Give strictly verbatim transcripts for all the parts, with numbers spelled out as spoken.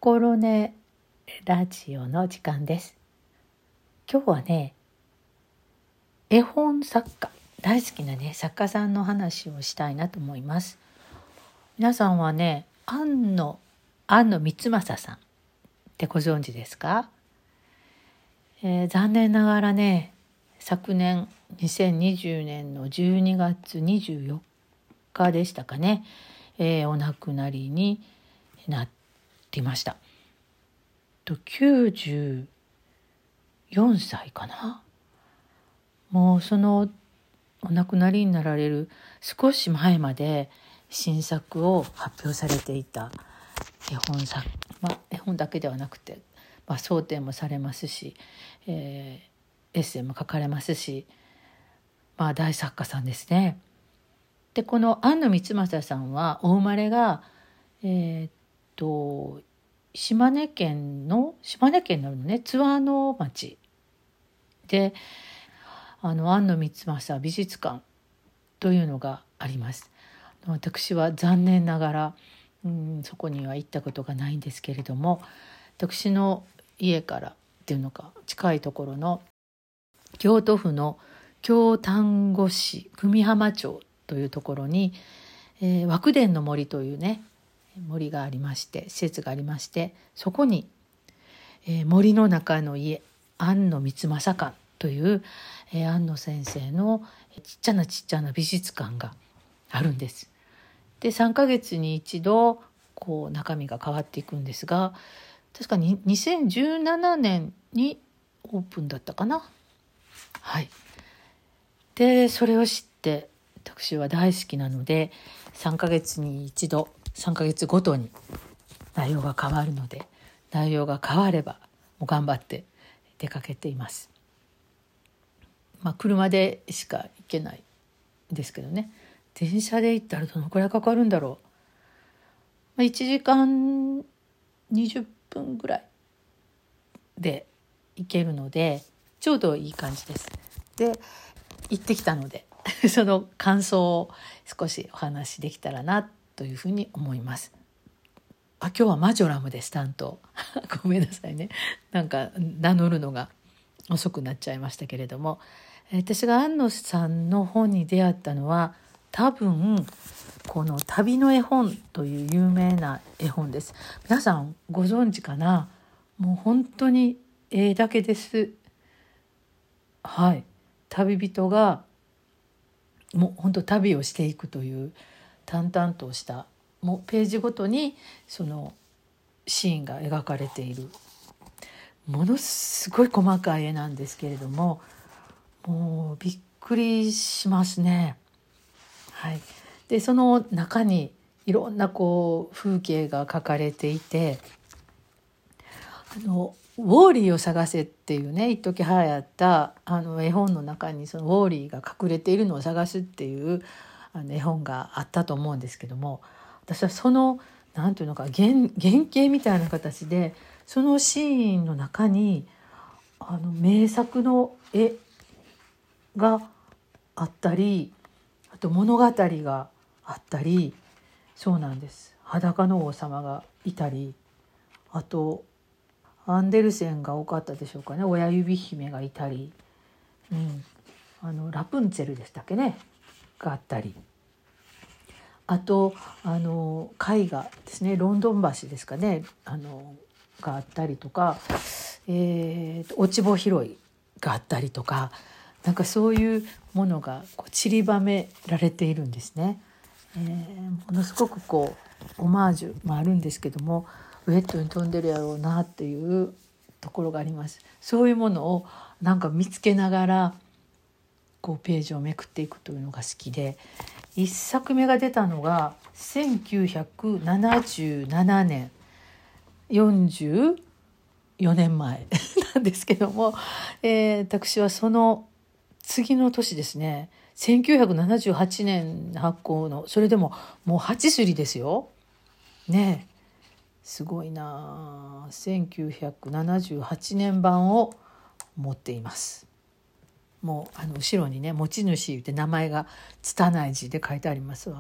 心根ラジオの時間です。今日はね、絵本作家、大好きなね作家さんの話をしたいなと思います。皆さんはね、庵野庵野光政さんってご存知ですか？えー、残念ながらね、昨年にせんにじゅうねんのじゅうにがつにじゅうよっかでしたかね、えー、お亡くなりになっていました。きゅうじゅうよんさいかな。もうそのお亡くなりになられる少し前まで新作を発表されていた絵本作、まあ、絵本だけではなくて、まあ、装丁もされますし、えー、エッセイも書かれますし、まあ、大作家さんですね。でこの庵野光政さんはお生まれがえー、っと島根県の島根県のね津和野町で、あの庵野光政美術館というのがあります。私は残念ながら、うん、そこには行ったことがないんですけれども、私の家からっていうのか近いところの京都府の京丹後市久美浜町というところに、えー、和久伝の森というね森がありまして施設がありまして、そこに、えー、森の中の家庵野光政館という、えー、庵野先生のちっちゃなちっちゃな美術館があるんです。でさんかげつに一度こう中身が変わっていくんですが、確かににせんじゅうななねんにオープンだったかな。はい。でそれを知って私は大好きなので、さんかげつに一度さんかげつごとに内容が変わるので、内容が変わればもう頑張って出かけています。まあ車でしか行けないんですけどね、電車で行ったらどのくらいかかるんだろう。まあ、いちじかんにじゅっぷんぐらいで行けるのでちょうどいい感じです。で行ってきたのでその感想を少しお話しできたらなというふうに思います。あ、今日はマジョラムです担当ごめんなさいね、なんか名乗るのが遅くなっちゃいましたけれども、私が庵野さんの本に出会ったのは多分この旅の絵本という有名な絵本です。皆さんご存知かな。もう本当に絵だけです。はい、旅人がもう本当旅をしていくという淡々としたもうページごとにそのシーンが描かれているものすごい細かい絵なんですけれども、もうびっくりしますね。はい、でその中にいろんなこう風景が描かれていて、あのウォーリーを探せっていうね一時流行ったあの絵本の中にそのウォーリーが隠れているのを探すっていうあの絵本があったと思うんですけども、私はそのなんていうのか 原, 原型みたいな形でそのシーンの中にあの名作の絵があったり、あと物語があったり、そうなんです、裸の王様がいたり、あとアンデルセンが多かったでしょうかね、親指姫がいたり、うん、あのラプンツェルでしたっけねがあったり、あとあの絵画ですね、ロンドン橋ですかね、あのがあったりとか、えー、落ち穂拾いがあったりとか、なんかそういうものがこう散りばめられているんですね。えー、ものすごくこうオマージュもあるんですけども、ウェットに飛んでるやろうなっていうところがあります。そういうものをなんか見つけながらこうページをめくっていくというのが好きで、いっさくめが出たのがせんきゅうひゃくななじゅうななねん、よんじゅうよねんまえなんですけども、えー、私はその次の年ですね、せんきゅうひゃくななじゅうはちねん発行の、それでももうはちすりですよねえ、すごいな。せんきゅうひゃくななじゅうはちねん版を持っています。もうあの後ろにね持ち主って名前が拙い字で書いてありますわ。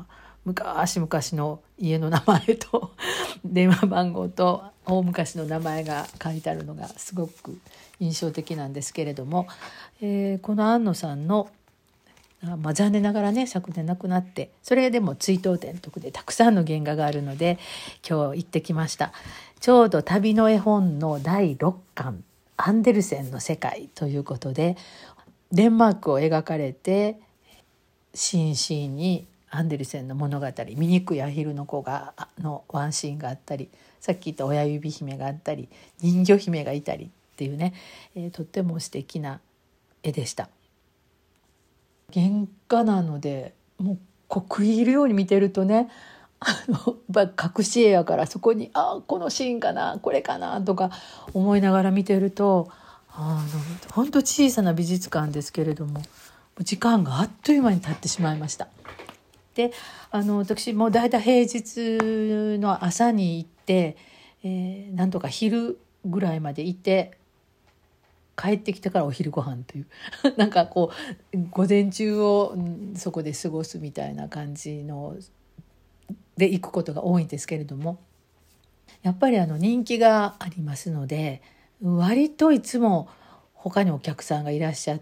昔々の家の名前と電話番号と大昔の名前が書いてあるのがすごく印象的なんですけれども、えー、この安野さんのまあ、残念ながらね昨年亡くなって、それでも追悼展とかでたくさんの原画があるので今日行ってきました。ちょうど旅の絵本のだいろっかんアンデルセンの世界ということで、デンマークを描かれてシーンシーンにアンデルセンの物語、醜いアヒルの子がのワンシーンがあったり、さっき言った親指姫があったり人魚姫がいたりっていうね、えー、とっても素敵な絵でした。原画なのでもうこう食い入るように見てるとね、あの隠し絵やからそこにあこのシーンかなこれかなとか思いながら見てると、あの本当小さな美術館ですけれども時間があっという間に経ってしまいました。であの私もだいたい平日の朝に行って、えー、なんとか昼ぐらいまでいて帰ってきてからお昼ご飯というなんかこう午前中をそこで過ごすみたいな感じので行くことが多いんですけれども、やっぱりあの人気がありますので割といつも他にお客さんがいらっしゃって、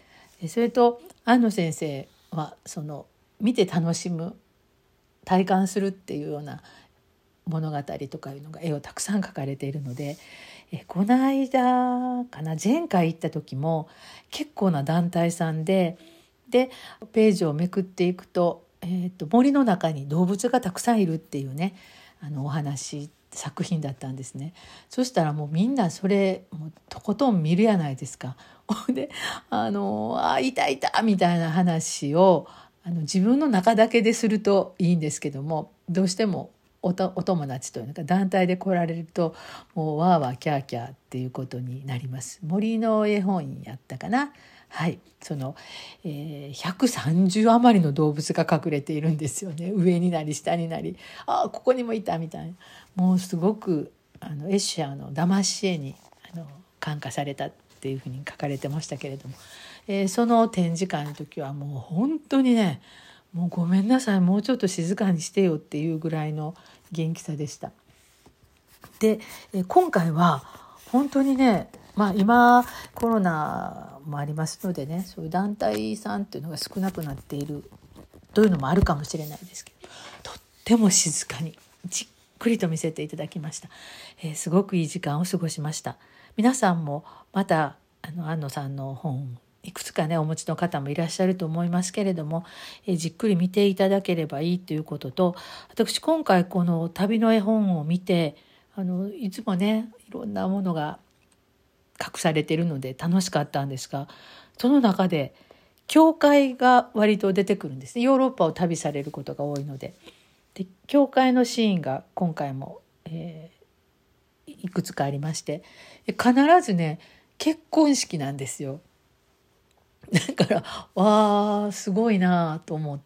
それと安野先生はその見て楽しむ体感するっていうような物語とかいうのが絵をたくさん描かれているので、えこの間かな前回行った時も結構な団体さんででページをめくっていくと、えー、と森の中に動物がたくさんいるっていうねあのお話作品だったんですね。そしたらもうみんなそれもうとことん見るやないですか。であのあいたいたみたいな話をあの自分の中だけでするといいんですけども、どうしてもお, とお友達というか団体で来られるともうわーわーキャーキャーっていうことになります。森の絵本やったかな、はい、その、えー、ひゃくさんじゅう余りの動物が隠れているんですよね。上になり下になり、あここにもいたみたいな、もうすごくあのエッシャーの騙し絵にあの感化されたっていうふうに書かれてましたけれども、えー、その展示会の時はもう本当にねもうごめんなさいもうちょっと静かにしてよっていうぐらいの元気さでした。でえ今回は本当にね、まあ、今コロナもありますのでねそういう団体さんっていうのが少なくなっているというのもあるかもしれないですけど、とっても静かにじっくりと見せていただきました。えー、すごくいい時間を過ごしました。皆さんもまたあの安野さんの本いくつかねお持ちの方もいらっしゃると思いますけれども、えじっくり見ていただければいいということと、私今回この旅の絵本を見てあのいつもねいろんなものが隠されているので楽しかったんですが、その中で教会が割と出てくるんですね。ヨーロッパを旅されることが多いので、で教会のシーンが今回も、えー、いくつかありまして、必ずね結婚式なんですよ。だからわあすごいなと思って、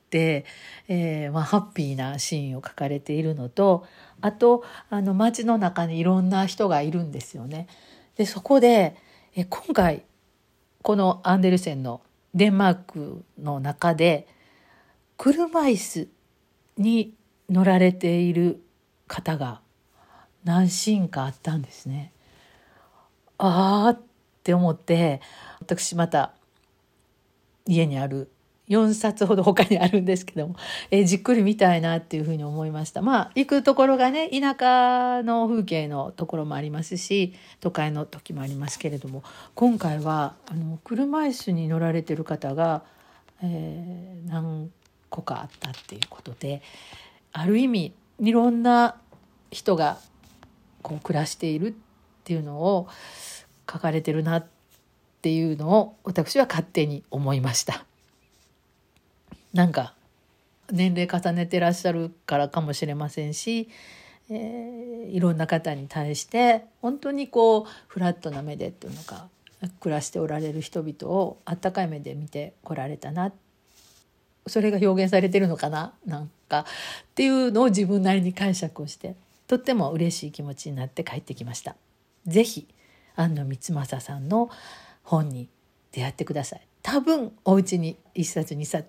えーまあ、ハッピーなシーンを描かれているのと、あとあの街の中にいろんな人がいるんですよね。でそこでえ今回このアンデルセンのデンマークの中で車椅子に乗られている方が何シーンかあったんですね。あーって思って、私また家にあるよんさつほど他にあるんですけども、えー、じっくり見たいなっていうふうに思いました。まあ行くところがね田舎の風景のところもありますし都会の時もありますけれども、今回はあの車椅子に乗られてる方が、えー、何個かあったっていうことで、ある意味いろんな人がこう暮らしているっていうのを書かれてるなっていうのを私は勝手に思いました。なんか年齢重ねてらっしゃるからかもしれませんし、えー、いろんな方に対して本当にこうフラットな目でっていうのか暮らしておられる人々をあったかい目で見てこられたな、それが表現されてるのかななんかっていうのを自分なりに解釈をしてとっても嬉しい気持ちになって帰ってきました。ぜひ安野光政さんの本に出会ってください。多分お家にいっさつにさつ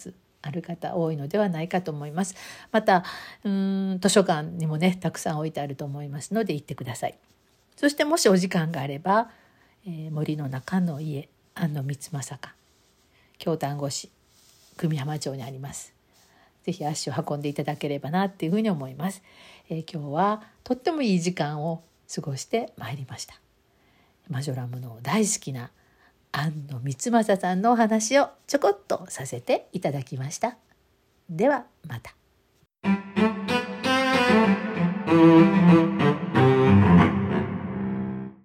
ある方多いのではないかと思います。またうーん図書館にもねたくさん置いてあると思いますので行ってください。そしてもしお時間があれば、えー、森の中の家安野光政か京丹後市久美浜町にあります。ぜひ足を運んでいただければなっていうふうに思います。えー、今日はとってもいい時間を過ごしてまいりました。マジョラムの大好きな安野光政さんのお話をちょこっとさせていただきました。ではまた。